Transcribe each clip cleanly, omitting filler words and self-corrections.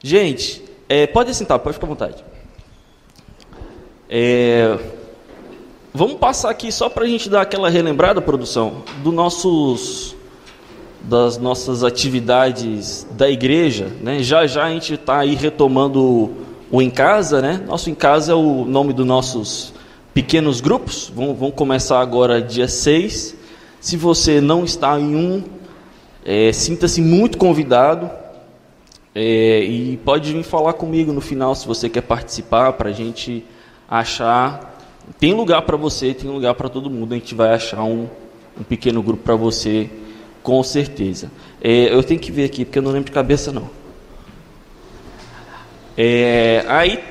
Gente, pode sentar, pode ficar à vontade. Vamos passar aqui só para a gente dar aquela relembrada, produção, das nossas atividades da igreja, né? Já a gente está aí retomando o Em Casa, né? Nosso Em Casa é o nome dos nossos pequenos grupos. Vamos começar agora dia 6. Se você não está em um, sinta-se muito convidado. E pode vir falar comigo no final se você quer participar, para a gente achar. Tem lugar para você, tem lugar para todo mundo. A gente vai achar um pequeno grupo para você, com certeza. Eu tenho que ver aqui, porque eu não lembro de cabeça, não. Aí.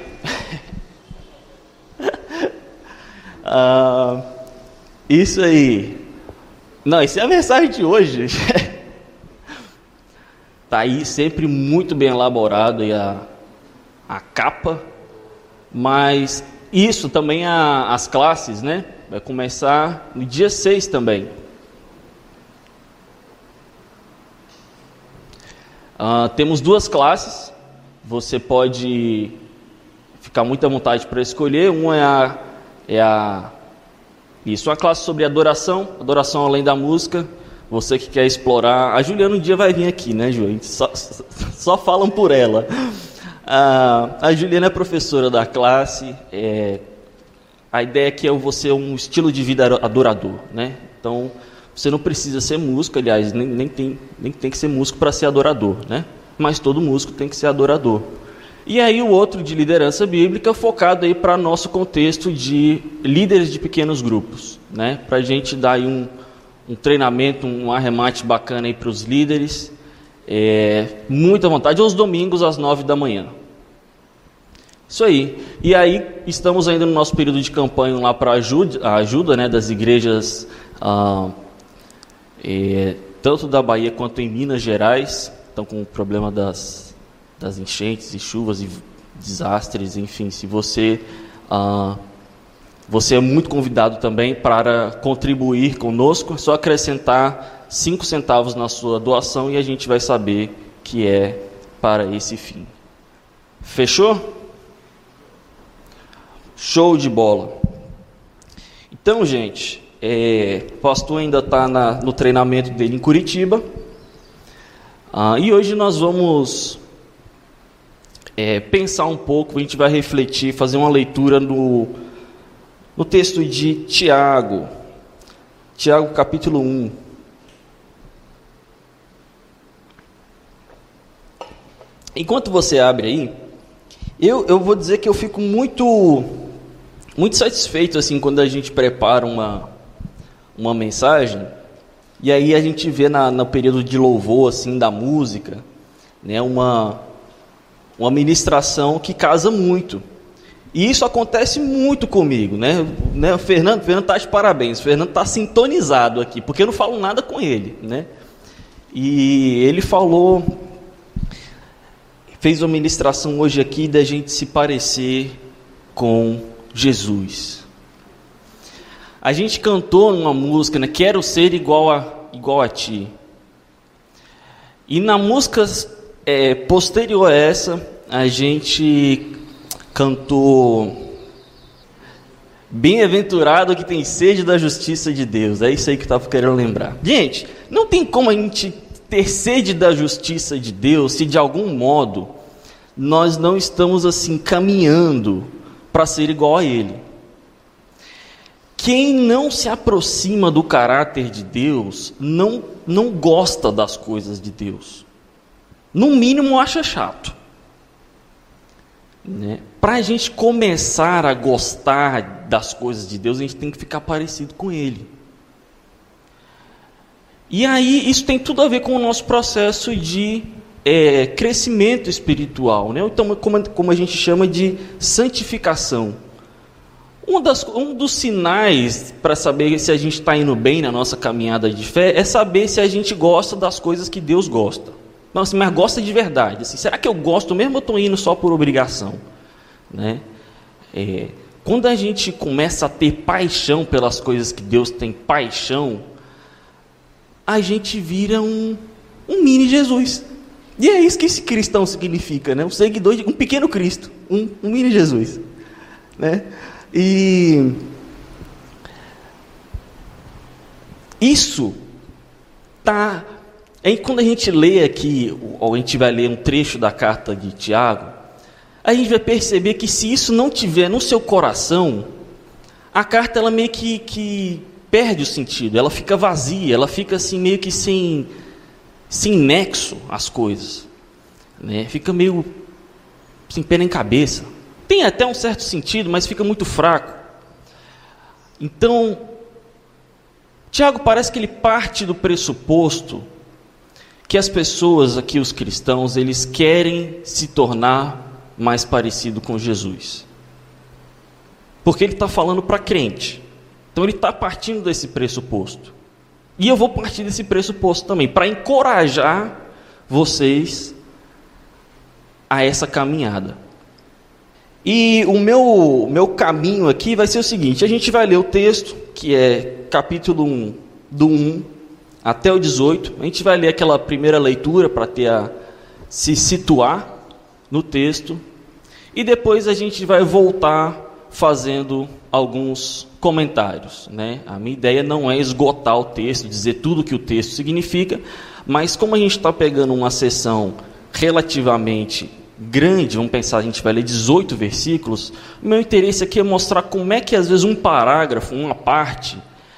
Isso aí. Não, isso é a mensagem de hoje. Está aí sempre muito bem elaborado e a capa, mas isso também as classes, né? Vai começar no dia 6 também. Temos 2 classes, você pode ficar muito à vontade para escolher. Uma uma classe sobre adoração além da música. Você que quer explorar, a Juliana um dia vai vir aqui, né, Ju? A gente só falam por ela. A Juliana é professora da classe. A ideia aqui é você um estilo de vida adorador, né? Então, você não precisa ser músico, aliás, nem tem que ser músico para ser adorador, né? Mas todo músico tem que ser adorador. E aí o outro de liderança bíblica, focado aí para nosso contexto de líderes de pequenos grupos, né? Para a gente dar aí um treinamento, um arremate bacana aí para os líderes. Muita vontade. Aos domingos, às 9 da manhã. Isso aí. E aí, estamos ainda no nosso período de campanha lá para a ajuda, né, das igrejas, tanto da Bahia quanto em Minas Gerais. Estão com o problema das enchentes e chuvas e desastres, enfim. Se você é muito convidado também para contribuir conosco. É só acrescentar 5 centavos na sua doação e a gente vai saber que é para esse fim. Fechou? Show de bola. Então, gente, o pastor ainda está no treinamento dele em Curitiba. E hoje nós vamos pensar um pouco, a gente vai refletir, fazer uma leitura no texto de Tiago capítulo 1. Enquanto você abre aí, eu vou dizer que eu fico muito satisfeito assim, quando a gente prepara uma mensagem, e aí a gente vê no período de louvor assim, da música, né, uma ministração que casa muito. E isso acontece muito comigo, né? O Fernando está de parabéns. O Fernando está sintonizado aqui, porque eu não falo nada com ele, né? E ele fez uma ministração hoje aqui da gente se parecer com Jesus. A gente cantou numa música, né? Quero ser igual a ti. E na música posterior a essa, a gente cantou: bem-aventurado que tem sede da justiça de Deus. É isso aí que eu estava querendo lembrar. Gente, não tem como a gente ter sede da justiça de Deus se de algum modo nós não estamos assim caminhando para ser igual a Ele. Quem não se aproxima do caráter de Deus não gosta das coisas de Deus. No mínimo acha chato. Né? Para a gente começar a gostar das coisas de Deus, a gente tem que ficar parecido com Ele. E aí isso tem tudo a ver com o nosso processo de crescimento espiritual, né? Então, como a gente chama de santificação. Um dos sinais para saber se a gente está indo bem na nossa caminhada de fé é saber se a gente gosta das coisas que Deus gosta. Não, assim, mas gosta de verdade. Assim, será que eu gosto mesmo ou estou indo só por obrigação? Né? Quando a gente começa a ter paixão pelas coisas que Deus tem paixão, a gente vira um mini Jesus. E é isso que esse cristão significa, né? Um seguidor de um pequeno Cristo, um mini Jesus, né? E isso tá. Aí quando a gente lê aqui, ou a gente vai ler um trecho da carta de Tiago, a gente vai perceber que se isso não tiver no seu coração, a carta ela meio que perde o sentido, ela fica vazia, ela fica assim meio que sem nexo às coisas, né? Fica meio sem pé nem cabeça. Tem até um certo sentido, mas fica muito fraco. Então, Tiago parece que ele parte do pressuposto que as pessoas aqui, os cristãos, eles querem se tornar mais parecido com Jesus. Porque ele está falando para crente. Então ele está partindo desse pressuposto. E eu vou partir desse pressuposto também, para encorajar vocês a essa caminhada. E o meu caminho aqui vai ser o seguinte: a gente vai ler o texto, que é capítulo 1, do 1 até o 18. A gente vai ler aquela primeira leitura para se situar no texto. E depois a gente vai voltar fazendo alguns comentários, né? A minha ideia não é esgotar o texto, dizer tudo o que o texto significa, mas como a gente está pegando uma sessão relativamente grande, vamos pensar, a gente vai ler 18 versículos, o meu interesse aqui é mostrar como é que às vezes um parágrafo, uma parte,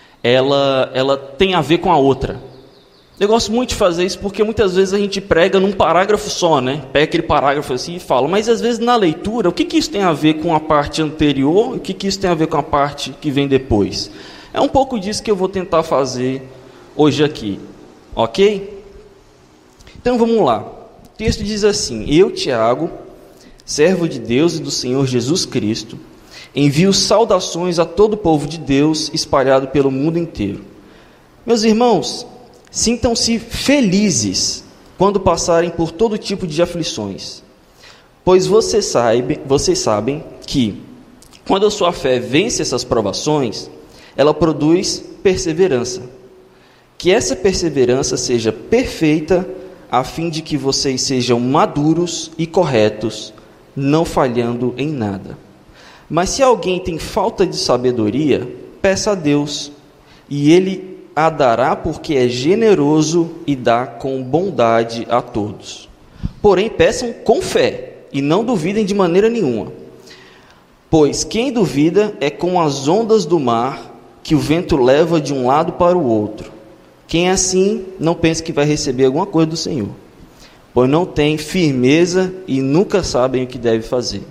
ela tem a ver com a outra. Eu gosto muito de fazer isso porque muitas vezes a gente prega num parágrafo só, né? Pega aquele parágrafo assim e fala, mas às vezes na leitura, o que isso tem a ver com a parte anterior e o que isso tem a ver com a parte que vem depois? É um pouco disso que eu vou tentar fazer hoje aqui, ok? Então vamos lá. O texto diz assim: Eu, Tiago, servo de Deus e do Senhor Jesus Cristo, envio saudações a todo o povo de Deus espalhado pelo mundo inteiro. Meus irmãos, sintam-se felizes quando passarem por todo tipo de aflições, pois vocês sabem que, quando a sua fé vence essas provações, ela produz perseverança. Que essa perseverança seja perfeita, a fim de que vocês sejam maduros e corretos, não falhando em nada. Mas se alguém tem falta de sabedoria, peça a Deus, e Ele a dará, porque é generoso e dá com bondade a todos. Porém, peçam com fé, e não duvidem de maneira nenhuma. Pois quem duvida é como as ondas do mar, que o vento leva de um lado para o outro. Quem é assim, não pense que vai receber alguma coisa do Senhor, pois não tem firmeza e nunca sabem o que deve fazer.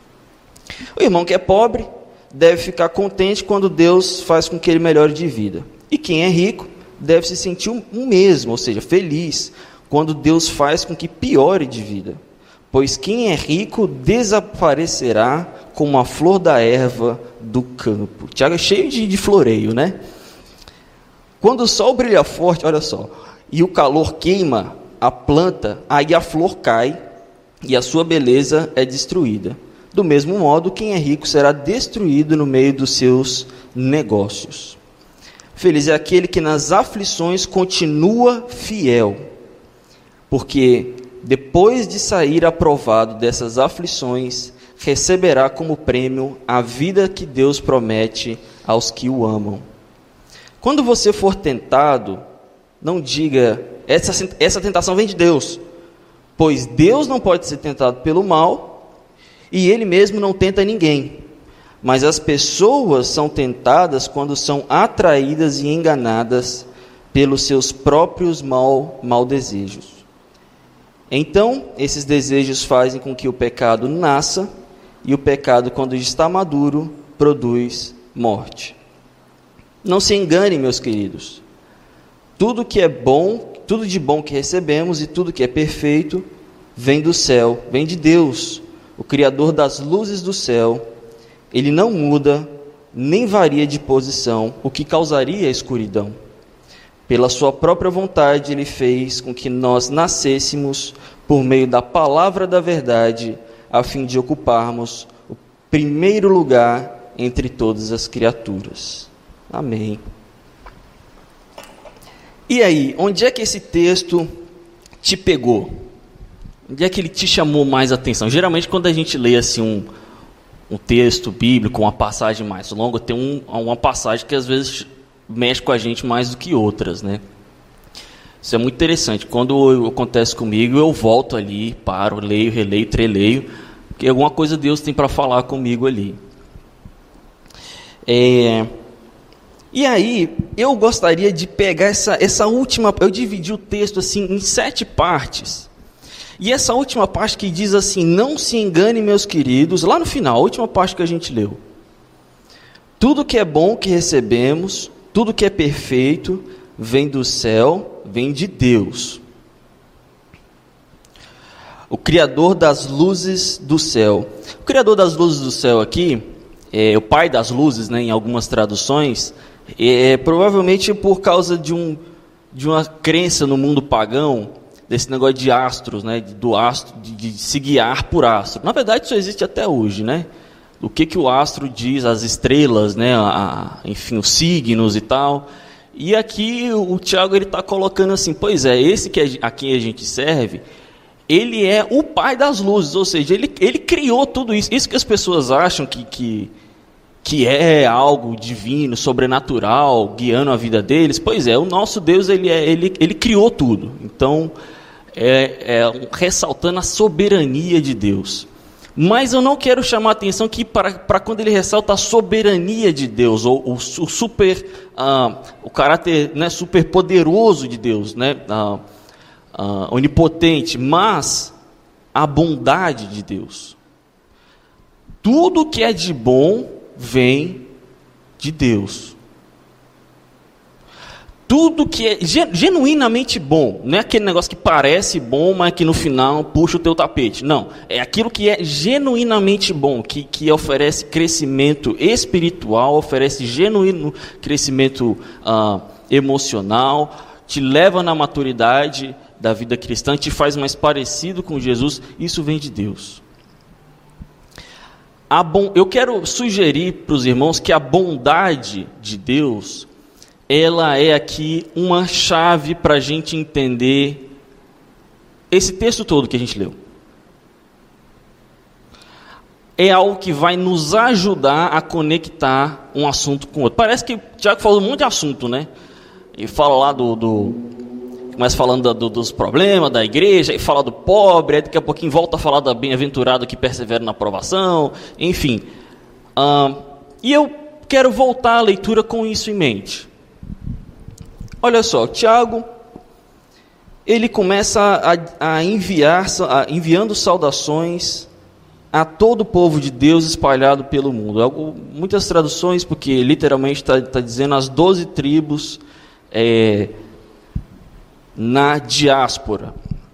O irmão que é pobre deve ficar contente quando Deus faz com que ele melhore de vida. E quem é rico deve se sentir o mesmo, ou seja, feliz, quando Deus faz com que piore de vida. Pois quem é rico desaparecerá como a flor da erva do campo. Tiago é cheio de floreio, né? Quando o sol brilha forte, olha só, e o calor queima a planta, aí a flor cai e a sua beleza é destruída. Do mesmo modo, quem é rico será destruído no meio dos seus negócios. Feliz é aquele que nas aflições continua fiel, porque depois de sair aprovado dessas aflições, receberá como prêmio a vida que Deus promete aos que o amam. Quando você for tentado, não diga, essa tentação vem de Deus, pois Deus não pode ser tentado pelo mal, e Ele mesmo não tenta ninguém. Mas as pessoas são tentadas quando são atraídas e enganadas pelos seus próprios mal desejos. Então, esses desejos fazem com que o pecado nasça, e o pecado, quando está maduro, produz morte. Não se enganem, meus queridos. Tudo que é bom, tudo de bom que recebemos e tudo que é perfeito, vem do céu, vem de Deus, o Criador das luzes do céu. Ele não muda, nem varia de posição, o que causaria a escuridão. Pela sua própria vontade, Ele fez com que nós nascêssemos por meio da palavra da verdade, a fim de ocuparmos o primeiro lugar entre todas as criaturas. Amém. E aí, onde é que esse texto te pegou? Onde é que ele te chamou mais atenção? Geralmente quando a gente lê assim um texto bíblico, uma passagem mais longa, tem uma passagem que às vezes mexe com a gente mais do que outras, né? Isso é muito interessante. Quando acontece comigo, eu volto ali, paro, leio, releio, treleio, porque alguma coisa Deus tem para falar comigo ali. E aí, eu gostaria de pegar essa última... Eu dividi o texto assim em 7 partes. E essa última parte que diz assim: não se engane, meus queridos, lá no final, a última parte que a gente leu. Tudo que é bom que recebemos, tudo que é perfeito, vem do céu, vem de Deus. O Criador das luzes do céu. O Criador das luzes do céu aqui, o Pai das luzes, né, em algumas traduções, provavelmente por causa de uma crença no mundo pagão, desse negócio de astros, né, do astro, de se guiar por astro. Na verdade, isso existe até hoje, né? O que o astro diz, as estrelas, né, enfim, os signos e tal. E aqui o Tiago está colocando assim: pois é, esse a quem a gente serve, ele é o Pai das luzes, ou seja, ele criou tudo isso. Isso que as pessoas acham que é algo divino, sobrenatural, guiando a vida deles. Pois é, o nosso Deus, ele criou tudo. Então, ressaltando a soberania de Deus. Mas eu não quero chamar a atenção que para quando ele ressalta a soberania de Deus, ou o caráter, né, super poderoso de Deus, né, onipotente, mas a bondade de Deus. Tudo que é de bom vem de Deus. Tudo que é genuinamente bom, não é aquele negócio que parece bom, mas que no final puxa o teu tapete. Não, é aquilo que é genuinamente bom, que oferece crescimento espiritual, oferece genuíno crescimento emocional, te leva na maturidade da vida cristã, te faz mais parecido com Jesus. Isso vem de Deus. Eu quero sugerir para os irmãos que a bondade de Deus, ela é aqui uma chave para a gente entender esse texto todo que a gente leu. É algo que vai nos ajudar a conectar um assunto com outro. Parece que o Tiago falou um monte de assunto, né? E fala lá começa falando dos problemas da igreja, e fala do pobre, aí daqui a pouquinho volta a falar da bem-aventurado que persevera na provação, enfim. E eu quero voltar à leitura com isso em mente. Olha só, Tiago, ele começa enviando saudações a todo o povo de Deus espalhado pelo mundo. Muitas traduções, porque literalmente está dizendo as 12 tribos na diáspora.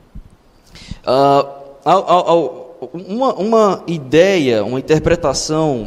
Uma ideia, uma interpretação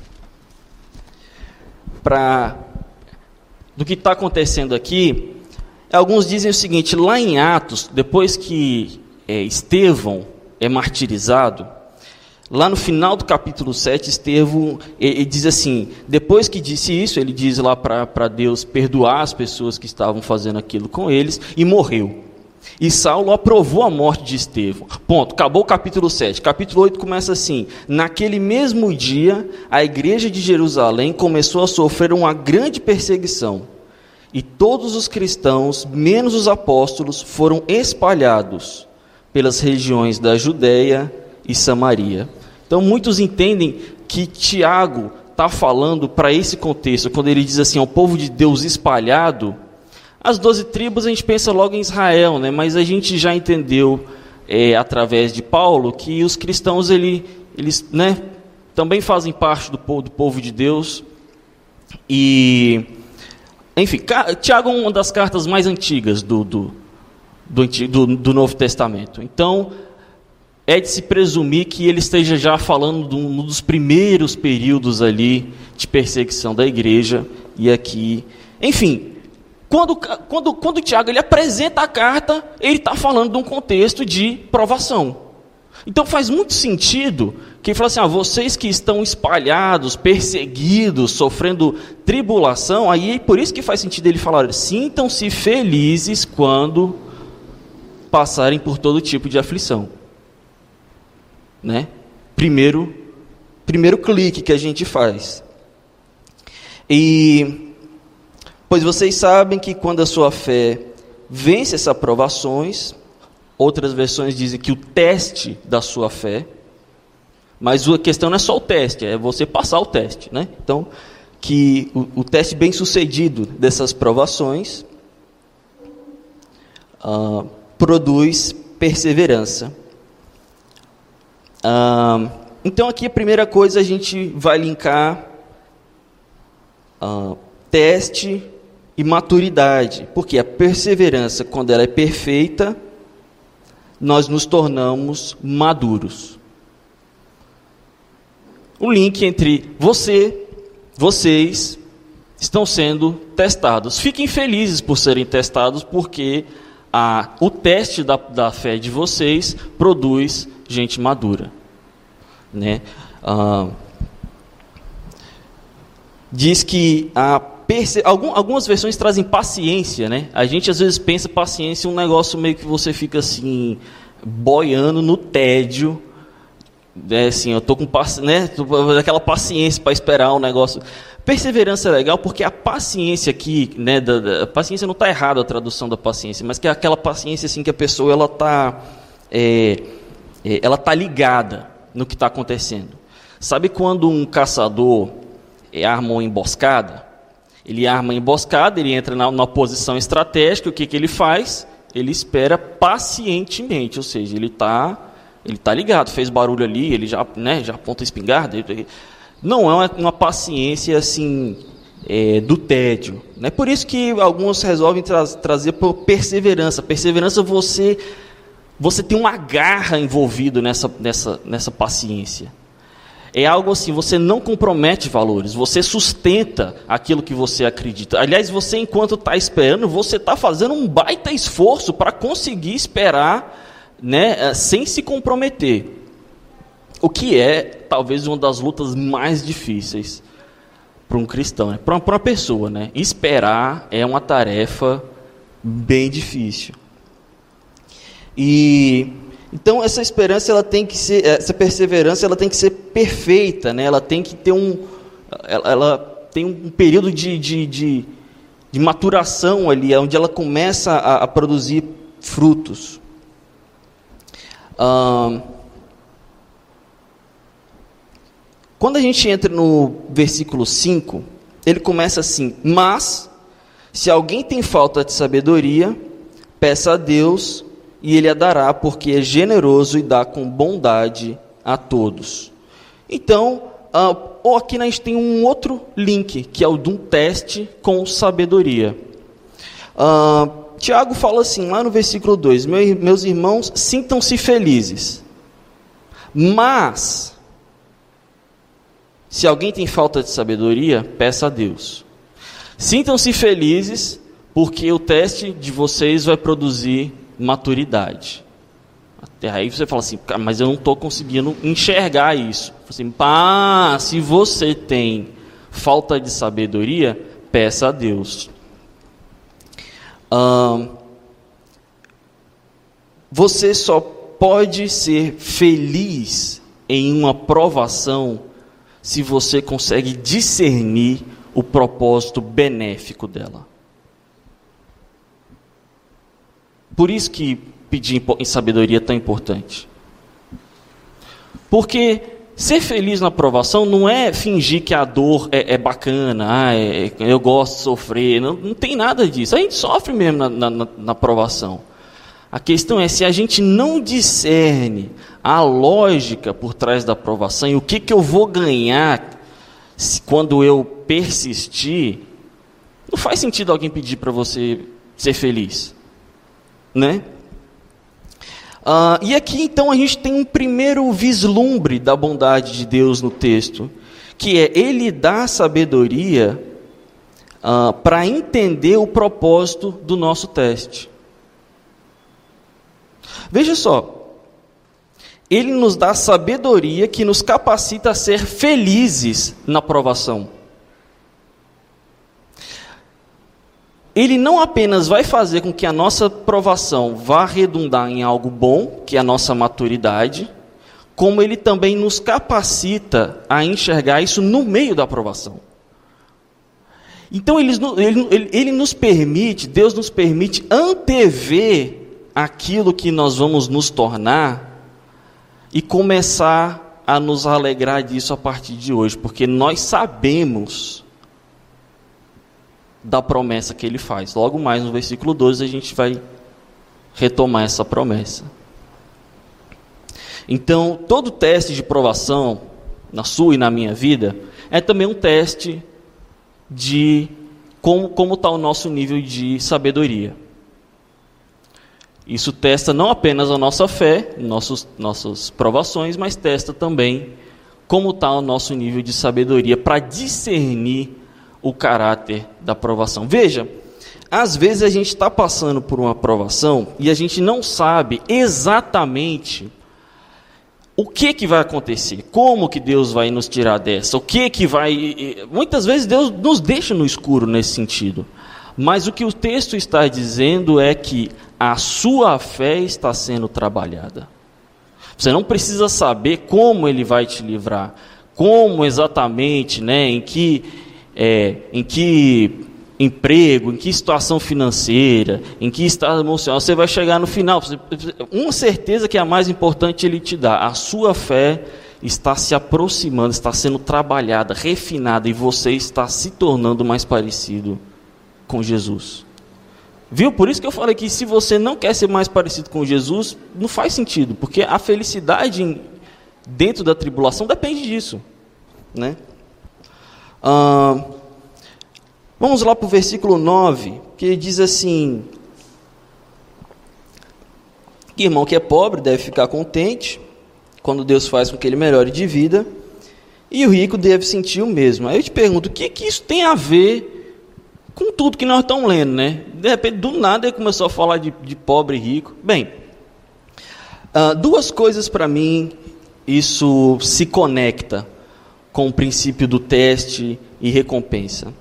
do que está acontecendo aqui, alguns dizem o seguinte: lá em Atos, depois que Estevão é martirizado, lá no final do capítulo 7, Estevão ele diz assim, depois que disse isso, ele diz lá para Deus perdoar as pessoas que estavam fazendo aquilo com eles, e morreu. E Saulo aprovou a morte de Estevão. Ponto, acabou o capítulo 7. Capítulo 8 começa assim: naquele mesmo dia, a igreja de Jerusalém começou a sofrer uma grande perseguição, e todos os cristãos, menos os apóstolos, foram espalhados pelas regiões da Judéia e Samaria. Então muitos entendem que Tiago está falando para esse contexto, quando ele diz assim, ao povo de Deus espalhado. As 12 tribos a gente pensa logo em Israel, né? Mas a gente já entendeu através de Paulo que os cristãos eles né, também fazem parte do povo de Deus. E, enfim, Tiago é uma das cartas mais antigas do Novo Testamento. Então, é de se presumir que ele esteja já falando de um dos primeiros períodos ali de perseguição da igreja. E aqui, enfim, quando Tiago ele apresenta a carta, ele está falando de um contexto de provação. Então faz muito sentido que ele fala assim, vocês que estão espalhados, perseguidos, sofrendo tribulação, aí por isso que faz sentido ele falar, sintam-se felizes quando passarem por todo tipo de aflição. né? Primeiro clique que a gente faz. Pois vocês sabem que quando a sua fé vence essas provações, outras versões dizem que o teste da sua fé, mas a questão não é só o teste, é você passar o teste, né? Então, que o teste bem sucedido dessas provações produz perseverança. Então aqui a primeira coisa a gente vai linkar teste e maturidade, porque a perseverança, quando ela é perfeita, nós nos tornamos maduros. O link entre vocês estão sendo testados. Fiquem felizes por serem testados, porque o teste da fé de vocês produz gente madura, né? Diz que algumas versões trazem paciência, né? A gente às vezes pensa paciência um negócio meio que você fica assim boiando no tédio. Assim, eu estou com né, aquela paciência para esperar um negócio. Perseverança é legal porque a paciência aqui, né, a paciência não está errada a tradução da paciência, mas que é aquela paciência assim que a pessoa ela tá ligada no que está acontecendo. Sabe quando um caçador arma uma emboscada? Ele arma a emboscada, ele entra numa posição estratégica, o que ele faz? Ele espera pacientemente, ou seja, ele está ligado, fez barulho ali, ele já aponta a espingarda. Não é uma paciência assim do tédio, né? Por isso que alguns resolvem trazer por perseverança. Perseverança, você tem uma garra envolvido nessa paciência. É algo assim, você não compromete valores, você sustenta aquilo que você acredita. Aliás, você enquanto está esperando, você está fazendo um baita esforço para conseguir esperar, né, sem se comprometer. O que é, talvez, uma das lutas mais difíceis para um cristão, né? Para uma pessoa, né? Esperar é uma tarefa bem difícil. Então essa esperança, essa perseverança, ela tem que ser perfeita, né? Ela tem que ter ela tem um período de maturação ali, onde ela começa a produzir frutos. Quando a gente entra no versículo 5, ele começa assim: mas, se alguém tem falta de sabedoria, peça a Deus, e Ele a dará, porque é generoso e dá com bondade a todos. Então, aqui a gente tem um outro link, que é o de um teste com sabedoria. Tiago fala assim, lá no versículo 2, meus irmãos, sintam-se felizes, mas, se alguém tem falta de sabedoria, peça a Deus. Sintam-se felizes, porque o teste de vocês vai produzir maturidade. Até aí você fala assim, mas eu não estou conseguindo enxergar isso. Assim, se você tem falta de sabedoria, peça a Deus. Você só pode ser feliz em uma provação se você consegue discernir o propósito benéfico dela. Por isso que pedir em sabedoria é tão importante. Porque ser feliz na provação não é fingir que a dor é bacana, eu gosto de sofrer, não tem nada disso. A gente sofre mesmo na provação. A questão é se a gente não discerne a lógica por trás da provação e o que eu vou ganhar quando eu persistir, não faz sentido alguém pedir para você ser feliz, né? E aqui então a gente tem um primeiro vislumbre da bondade de Deus no texto, que é Ele dá sabedoria para entender o propósito do nosso teste. Veja só, Ele nos dá sabedoria que nos capacita a ser felizes na provação. Ele não apenas vai fazer com que a nossa provação vá redundar em algo bom, que é a nossa maturidade, como Ele também nos capacita a enxergar isso no meio da provação. Então Ele nos permite, Deus nos permite antever aquilo que nós vamos nos tornar e começar a nos alegrar disso a partir de hoje, porque nós sabemos da promessa que Ele faz. Logo mais no versículo 12 a gente vai retomar essa promessa. Então, todo teste de provação, na sua e na minha vida, é também um teste de como está o nosso nível de sabedoria. Isso testa não apenas a nossa fé, nossas provações, mas testa também como está o nosso nível de sabedoria para discernir o caráter da provação. Veja, às vezes a gente está passando por uma provação e a gente não sabe exatamente o que vai acontecer, como que Deus vai nos tirar dessa, o que vai... Muitas vezes Deus nos deixa no escuro nesse sentido. Mas o que o texto está dizendo é que a sua fé está sendo trabalhada. Você não precisa saber como Ele vai te livrar, como exatamente, em que emprego, em que situação financeira, em que estado emocional, você vai chegar no final. Uma certeza que é a mais importante Ele te dá: a sua fé está se aproximando, está sendo trabalhada, refinada, e você está se tornando mais parecido com Jesus. Viu? Por isso que eu falei que se você não quer ser mais parecido com Jesus, não faz sentido, porque a felicidade dentro da tribulação depende disso, né? Vamos lá para o versículo 9, que ele diz assim: que irmão que é pobre deve ficar contente quando Deus faz com que ele melhore de vida, e o rico deve sentir o mesmo. Aí eu te pergunto, o que isso tem a ver com tudo que nós estamos lendo, né? De repente, do nada, ele começou a falar de pobre e rico. Bem, duas coisas para mim, isso se conecta com o princípio do teste e recompensa.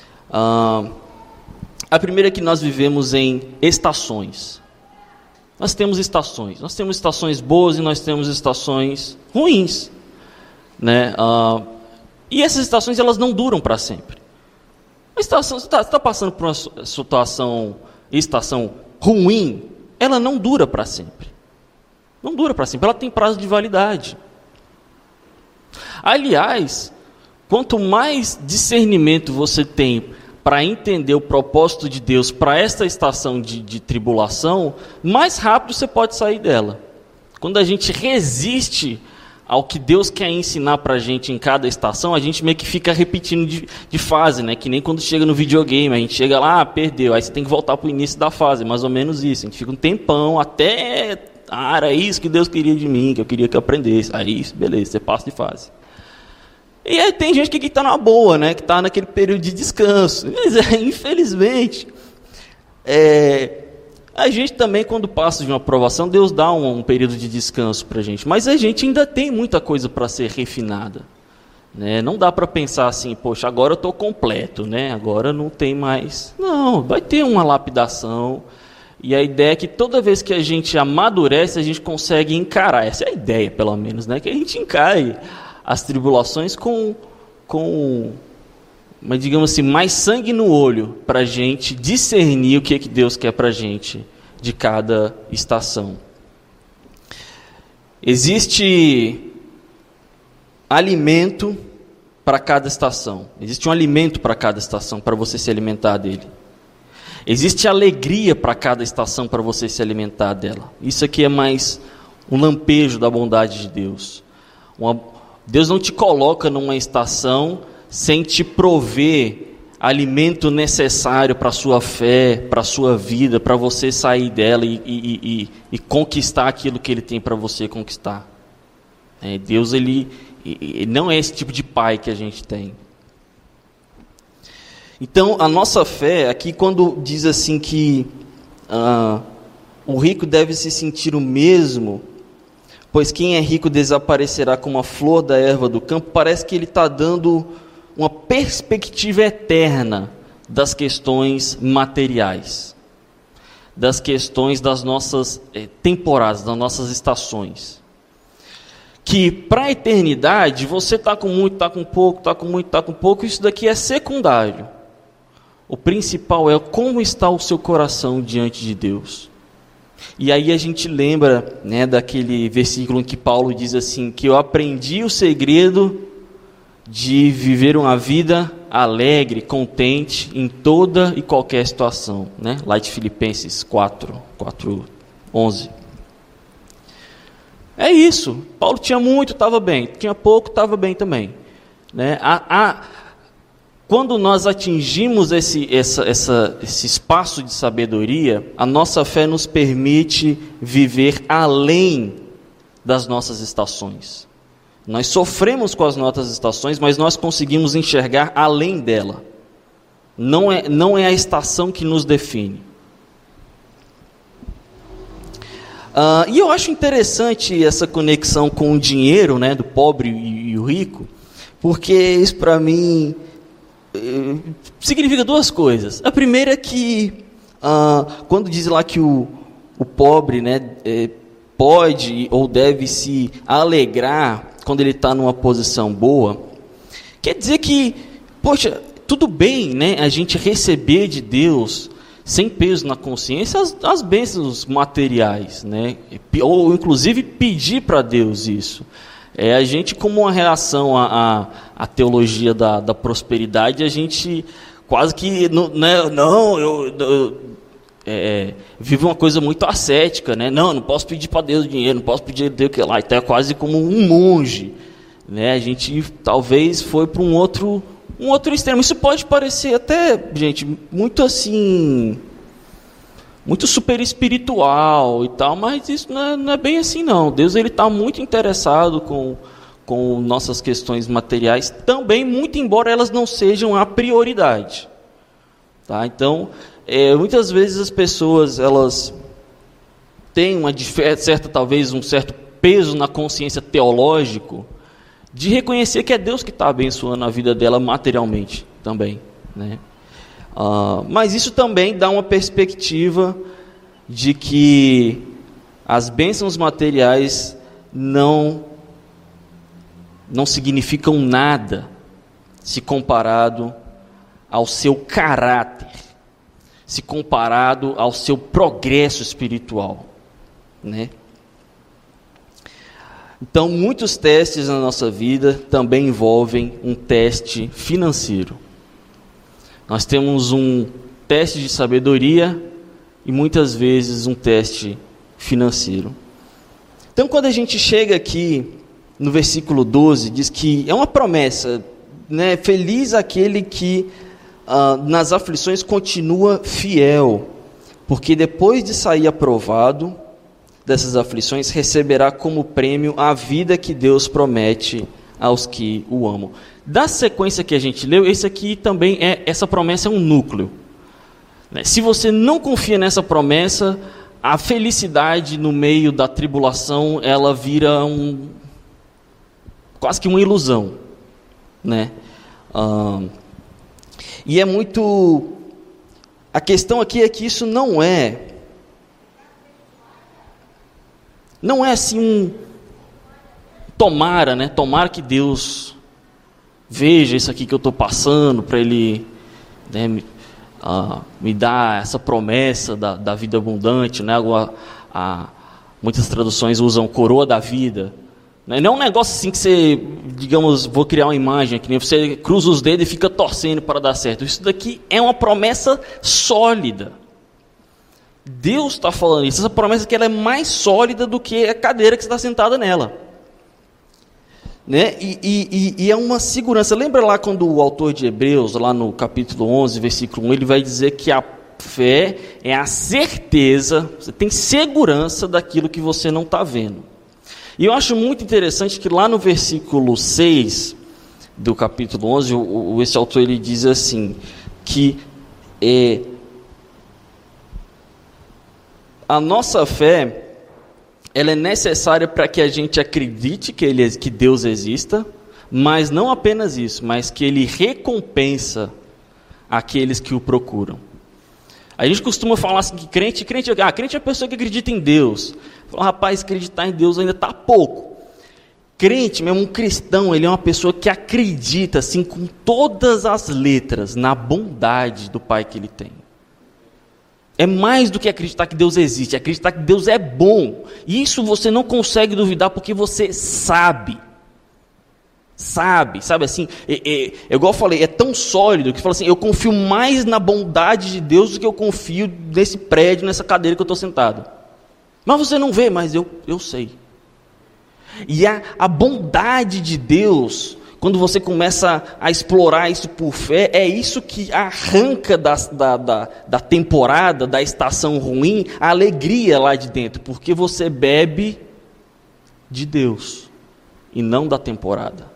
A primeira é que nós vivemos em estações. Nós temos estações boas e nós temos estações ruins, né? E essas estações, elas não duram para sempre. A estação, você está passando por uma estação ruim, ela não dura para sempre. Não dura para sempre, ela tem prazo de validade. Aliás, quanto mais discernimento você tem para entender o propósito de Deus para esta estação de tribulação, mais rápido você pode sair dela. Quando a gente resiste ao que Deus quer ensinar para a gente em cada estação, a gente meio que fica repetindo de fase, né? Que nem quando chega no videogame, a gente chega lá, perdeu, aí você tem que voltar para o início da fase, mais ou menos isso. A gente fica um tempão até, era isso que Deus queria de mim, que eu queria que eu aprendesse. Aí, beleza, você passa de fase. E aí tem gente que está na boa, né? Que está naquele período de descanso. Mas, infelizmente, a gente também, quando passa de uma provação, Deus dá um período de descanso para a gente. Mas a gente ainda tem muita coisa para ser refinada, né? Não dá para pensar assim, poxa, agora eu estou completo, né? Agora não tem mais. Não, vai ter uma lapidação. E a ideia é que toda vez que a gente amadurece, a gente consegue encarar. Essa é a ideia, pelo menos, né? Que a gente encare as tribulações mas digamos assim, mais sangue no olho, para a gente discernir o que Deus quer para a gente de cada estação. Existe alimento para cada estação. Existe um alimento para cada estação, para você se alimentar dele. Existe alegria para cada estação, para você se alimentar dela. Isso aqui é mais um lampejo da bondade de Deus. Deus não te coloca numa estação sem te prover alimento necessário para a sua fé, para a sua vida, para você sair dela e conquistar aquilo que Ele tem para você conquistar. Deus, ele não é esse tipo de pai que a gente tem. Então, a nossa fé, aqui quando diz assim que o rico deve se sentir o mesmo, pois quem é rico desaparecerá como a flor da erva do campo, parece que ele está dando uma perspectiva eterna das questões materiais, das questões das nossas temporadas, das nossas estações. que para a eternidade você está com muito, está com pouco, está com muito, está com pouco, isso daqui é secundário. O principal é como está o seu coração diante de Deus. E aí a gente lembra, né, daquele versículo em que Paulo diz assim, que eu aprendi o segredo de viver uma vida alegre, contente em toda e qualquer situação, né? Lá de Filipenses 4:11. É isso. Paulo tinha muito, estava bem. Tinha pouco, estava bem também, né? Quando nós atingimos esse espaço de sabedoria, a nossa fé nos permite viver além das nossas estações. Nós sofremos com as nossas estações, mas nós conseguimos enxergar além dela. Não é a estação que nos define. E eu acho interessante essa conexão com o dinheiro, né, do pobre e o rico, porque isso para mim significa duas coisas. A primeira é que, quando diz lá que o pobre, né, pode ou deve se alegrar quando ele está numa posição boa, quer dizer que, poxa, tudo bem, né, a gente receber de Deus, sem peso na consciência, as bênçãos materiais, né, ou inclusive pedir para Deus isso. A gente, como uma reação à teologia da prosperidade, a gente quase que vive uma coisa muito ascética, né? Não posso pedir para Deus dinheiro, não posso pedir a Deus que lá, então é quase como um monge, né? A gente talvez foi para um outro extremo. Isso pode parecer até, gente, muito assim, muito super espiritual e tal, mas isso não é bem assim não. Deus, ele está muito interessado com nossas questões materiais também, muito embora elas não sejam a prioridade, tá? Então, muitas vezes as pessoas, elas têm talvez um certo peso na consciência teológico de reconhecer que é Deus que está abençoando a vida dela materialmente também, né? Mas isso também dá uma perspectiva de que as bênçãos materiais não significam nada se comparado ao seu caráter, se comparado ao seu progresso espiritual, né? Então, muitos testes na nossa vida também envolvem um teste financeiro. Nós temos um teste de sabedoria e muitas vezes um teste financeiro. Então, quando a gente chega aqui no versículo 12, diz que é uma promessa, né? Feliz aquele que nas aflições continua fiel, porque depois de sair aprovado dessas aflições, receberá como prêmio a vida que Deus promete aos que o amam. Da sequência que a gente leu, esse aqui também essa promessa é um núcleo, né? Se você não confia nessa promessa, a felicidade no meio da tribulação, ela vira quase que uma ilusão, né? E é muito... A questão aqui é que isso não é assim tomara, né? Tomara que Deus veja isso aqui que eu estou passando, para Ele, né, me dar essa promessa da vida abundante, né? Muitas traduções usam coroa da vida. Não é um negócio assim que você, digamos, vou criar uma imagem aqui, você cruza os dedos e fica torcendo para dar certo. Isso daqui é uma promessa sólida. Deus está falando isso. Essa promessa que ela é mais sólida do que a cadeira que você está sentada nela, né? E é uma segurança. Lembra lá quando o autor de Hebreus, lá no capítulo 11, versículo 1, ele vai dizer que a fé é a certeza, você tem segurança daquilo que você não está vendo. E eu acho muito interessante que lá no versículo 6 do capítulo 11, esse autor ele diz assim, que a nossa fé, ela é necessária para que a gente acredite que Deus exista, mas não apenas isso, mas que Ele recompensa aqueles que o procuram. A gente costuma falar assim que crente é a pessoa que acredita em Deus. Fala, rapaz, acreditar em Deus ainda está pouco. Crente mesmo, um cristão, ele é uma pessoa que acredita, assim, com todas as letras, na bondade do Pai que ele tem. É mais do que acreditar que Deus existe, é acreditar que Deus é bom. E isso você não consegue duvidar porque você sabe. Sabe assim, igual eu falei, é tão sólido que fala assim, eu confio mais na bondade de Deus do que eu confio nesse prédio, nessa cadeira que eu estou sentado. Mas você não vê, mas eu sei. E a bondade de Deus, quando você começa a explorar isso por fé, é isso que arranca da temporada, da estação ruim, a alegria lá de dentro, porque você bebe de Deus e não da temporada.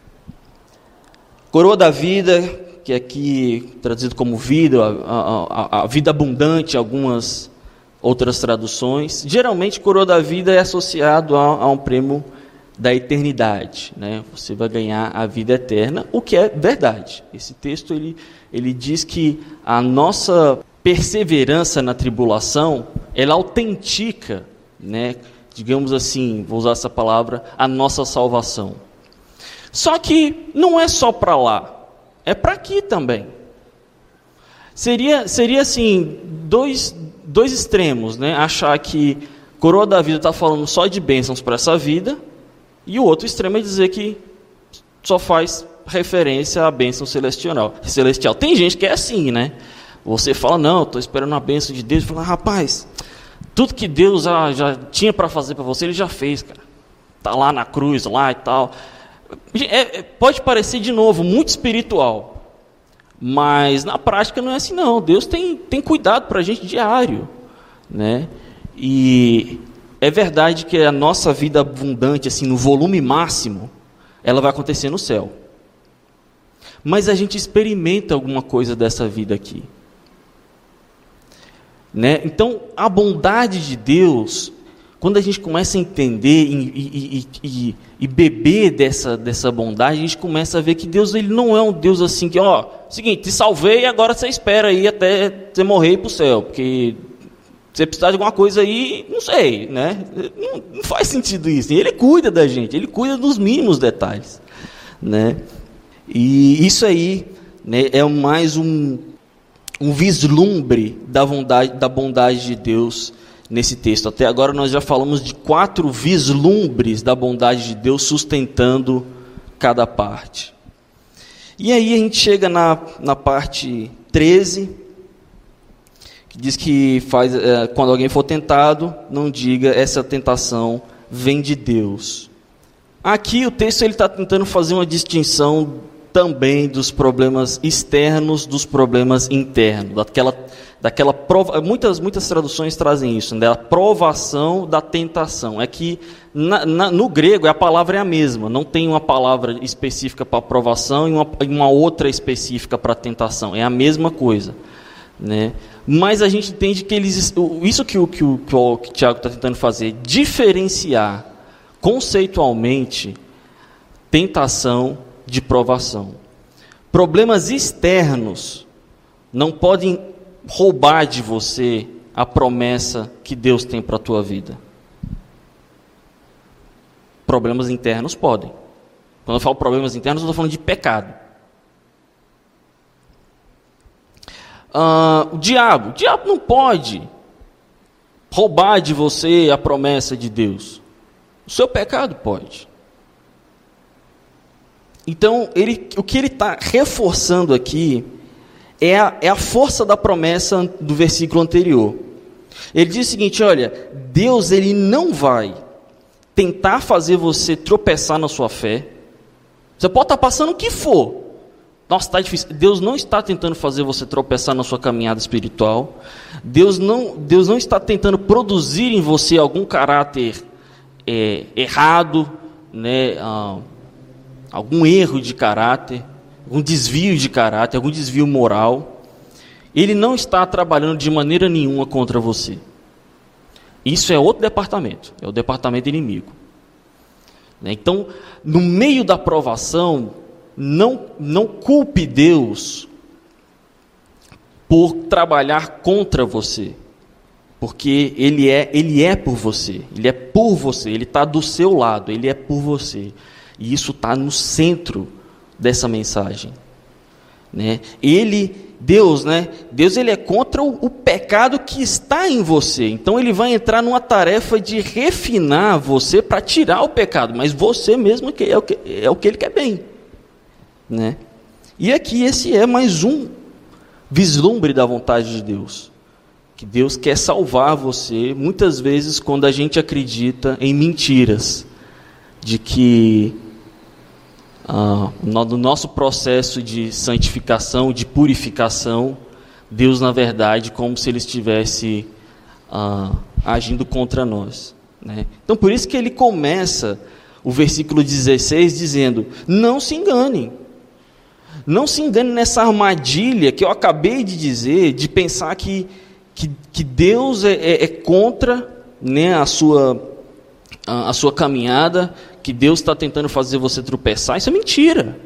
Coroa da vida, que aqui traduzido como vida, a vida abundante, algumas outras traduções. Geralmente, coroa da vida é associado a um prêmio da eternidade, né? Você vai ganhar a vida eterna, o que é verdade. Esse texto ele diz que a nossa perseverança na tribulação, ela autentica, né? Digamos assim, vou usar essa palavra, a nossa salvação. Só que não é só para lá, é para aqui também. Seria assim, dois extremos, né? Achar que coroa da vida está falando só de bênçãos para essa vida, e o outro extremo é dizer que só faz referência à bênção celestial. Tem gente que é assim, né? Você fala, não, estou esperando a bênção de Deus. Fala, rapaz, tudo que Deus já tinha para fazer para você, Ele já fez, cara. Está lá na cruz, lá e tal. Pode parecer, de novo, muito espiritual. Mas na prática não é assim, não. Deus tem cuidado para a gente diário, né? E é verdade que a nossa vida abundante, assim, no volume máximo, ela vai acontecer no céu. Mas a gente experimenta alguma coisa dessa vida aqui, né? Então, a bondade de Deus, quando a gente começa a entender e beber dessa bondade, a gente começa a ver que Deus, ele não é um Deus assim que, seguinte, te salvei e agora você espera aí até você morrer e ir para o céu, porque você precisar de alguma coisa aí, não sei, né? Não faz sentido isso. Ele cuida da gente, ele cuida dos mínimos detalhes, né? E isso aí, né, é mais um vislumbre da bondade de Deus nesse texto. Até agora nós já falamos de 4 vislumbres da bondade de Deus sustentando cada parte. E aí a gente chega na parte 13, que diz que quando alguém for tentado, não diga essa tentação vem de Deus. Aqui o texto está tentando fazer uma distinção também dos problemas externos dos problemas internos, daquela prova. Muitas traduções trazem isso, né? A provação da tentação. É que no grego a palavra é a mesma, não tem uma palavra específica para provação e uma outra específica para tentação, é a mesma coisa, né? Mas a gente entende que isso que o Tiago está tentando fazer, diferenciar conceitualmente tentação de provação. Problemas externos não podem roubar de você a promessa que Deus tem para a tua vida. Problemas internos podem. Quando eu falo problemas internos, eu estou falando de pecado. O diabo não pode roubar de você a promessa de Deus. O seu pecado pode. Então, o que ele está reforçando aqui é a força da promessa do versículo anterior. Ele diz o seguinte, olha, Deus, ele não vai tentar fazer você tropeçar na sua fé. Você pode estar passando o que for. Nossa, está difícil. Deus não está tentando fazer você tropeçar na sua caminhada espiritual. Deus não está tentando produzir em você algum caráter errado, né? Algum erro de caráter, algum desvio de caráter, algum desvio moral. Ele não está trabalhando de maneira nenhuma contra você. Isso é outro departamento, é o departamento inimigo. Então, no meio da provação, não culpe Deus por trabalhar contra você. Porque Ele é por você, Ele é por você, Ele está do seu lado, Ele é por você. E isso está no centro dessa mensagem. Né? Deus, ele é contra o pecado que está em você. Então Ele vai entrar numa tarefa de refinar você para tirar o pecado, mas você mesmo é o que Ele quer bem. Né? E aqui esse é mais um vislumbre da vontade de Deus. Que Deus quer salvar você, muitas vezes quando a gente acredita em mentiras, de que no nosso processo de santificação, de purificação, Deus, na verdade, como se Ele estivesse agindo contra nós. Né? Então, por isso que Ele começa o versículo 16 dizendo: não se enganem. Não se engane nessa armadilha que eu acabei de dizer, de pensar que Deus é contra, né, a sua caminhada, que Deus está tentando fazer você tropeçar. Isso é mentira.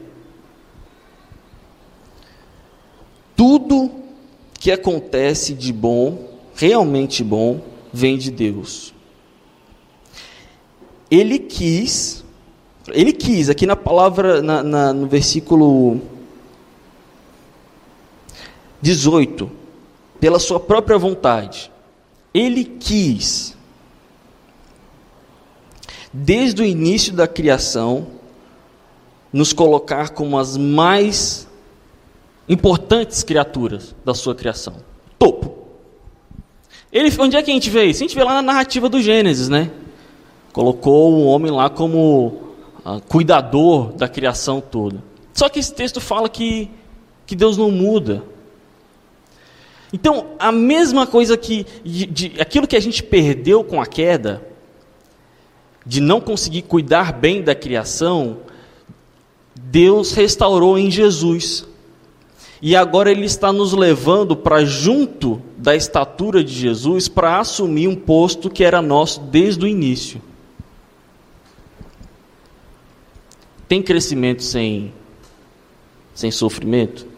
Tudo que acontece de bom, realmente bom, vem de Deus. Ele quis, aqui na palavra, no versículo 18, pela sua própria vontade, Ele quis, desde o início da criação, nos colocar como as mais importantes criaturas da sua criação. Topo. Onde é que a gente vê isso? A gente vê lá na narrativa do Gênesis, né? Colocou o homem lá como cuidador da criação toda. Só que esse texto fala que Deus não muda. Então, a mesma coisa aquilo que a gente perdeu com a queda, de não conseguir cuidar bem da criação, Deus restaurou em Jesus. E agora Ele está nos levando para junto da estatura de Jesus, para assumir um posto que era nosso desde o início. Tem crescimento sem sofrimento?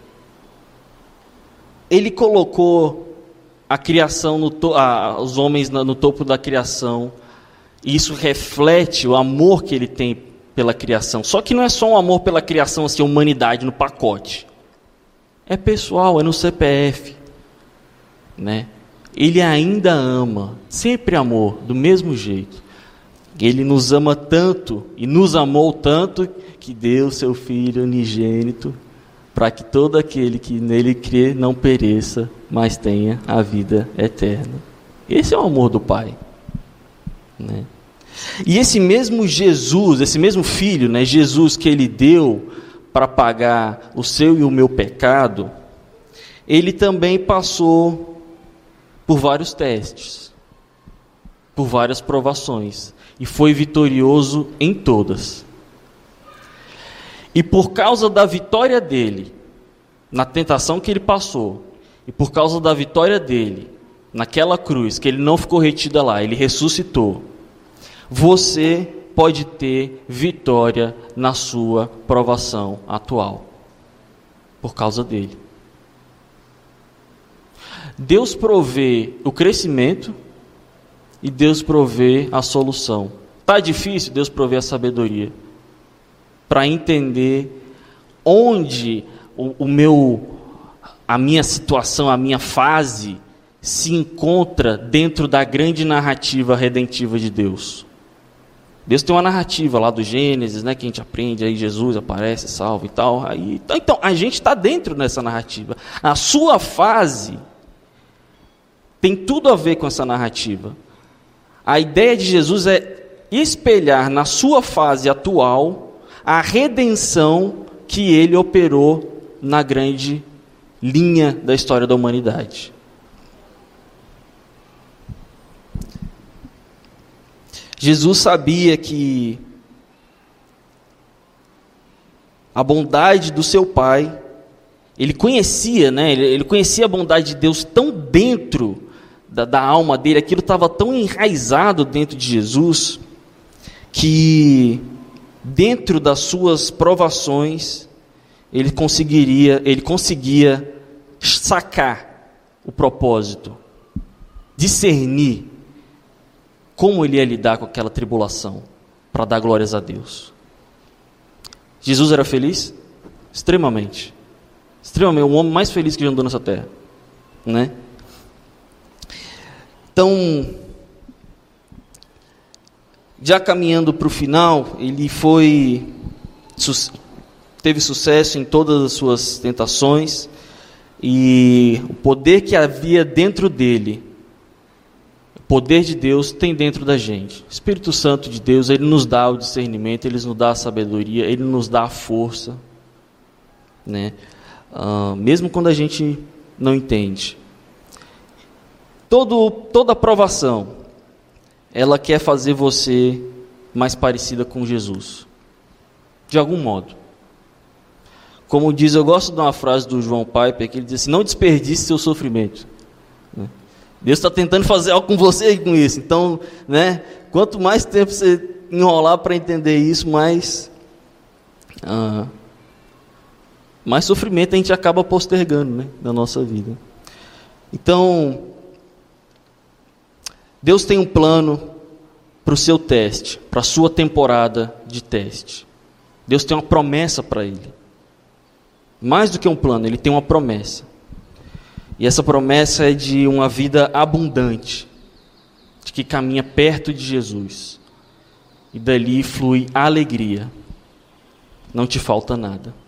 Ele colocou a criação, os homens no topo da criação, e isso reflete o amor que Ele tem pela criação. Só que não é só um amor pela criação, assim, a humanidade no pacote. É pessoal, é no CPF. Né? Ele ainda ama, sempre amou, do mesmo jeito. Ele nos ama tanto, e nos amou tanto, que deu seu Filho unigênito, para que todo aquele que nele crê não pereça, mas tenha a vida eterna. Esse é o amor do Pai. Né? E esse mesmo Jesus, esse mesmo Filho, né, Jesus que Ele deu para pagar o seu e o meu pecado, Ele também passou por vários testes, por várias provações, e foi vitorioso em todas. E por causa da vitória dele, na tentação que ele passou, e por causa da vitória dele, naquela cruz, que ele não ficou retido lá, ele ressuscitou, você pode ter vitória na sua provação atual, por causa dele. Deus provê o crescimento e Deus provê a solução. Está difícil? Deus provê a sabedoria para entender onde a minha situação, a minha fase se encontra dentro da grande narrativa redentiva de Deus. Deus tem uma narrativa lá do Gênesis, né, que a gente aprende, aí Jesus aparece, salva e tal. Então, a gente está dentro dessa narrativa. A sua fase tem tudo a ver com essa narrativa. A ideia de Jesus é espelhar na sua fase atual a redenção que Ele operou na grande linha da história da humanidade. Jesus sabia que a bondade do seu Pai, Ele conhecia, né? Ele conhecia a bondade de Deus tão dentro da alma dele, aquilo estava tão enraizado dentro de Jesus, que dentro das suas provações, ele conseguia sacar o propósito discernir como ele ia lidar com aquela tribulação para dar glórias a Deus. Jesus era feliz? Extremamente. Extremamente. O homem mais feliz que já andou nessa terra. Né? Então, já caminhando para o final, ele teve sucesso em todas as suas tentações, e o poder que havia dentro dele, o poder de Deus tem dentro da gente. O Espírito Santo de Deus, ele nos dá o discernimento, ele nos dá a sabedoria, ele nos dá a força, né? Mesmo quando a gente não entende. Toda aprovação, ela quer fazer você mais parecida com Jesus, de algum modo. Como diz, eu gosto de uma frase do João Piper, que ele diz assim: não desperdice seu sofrimento. Deus está tentando fazer algo com você e com isso. Então, né, quanto mais tempo você enrolar para entender isso, mais sofrimento a gente acaba postergando, né, na nossa vida. Então, Deus tem um plano para o seu teste, para a sua temporada de teste. Deus tem uma promessa para ele. Mais do que um plano, ele tem uma promessa. E essa promessa é de uma vida abundante, de que caminha perto de Jesus. E dali flui a alegria. Não te falta nada.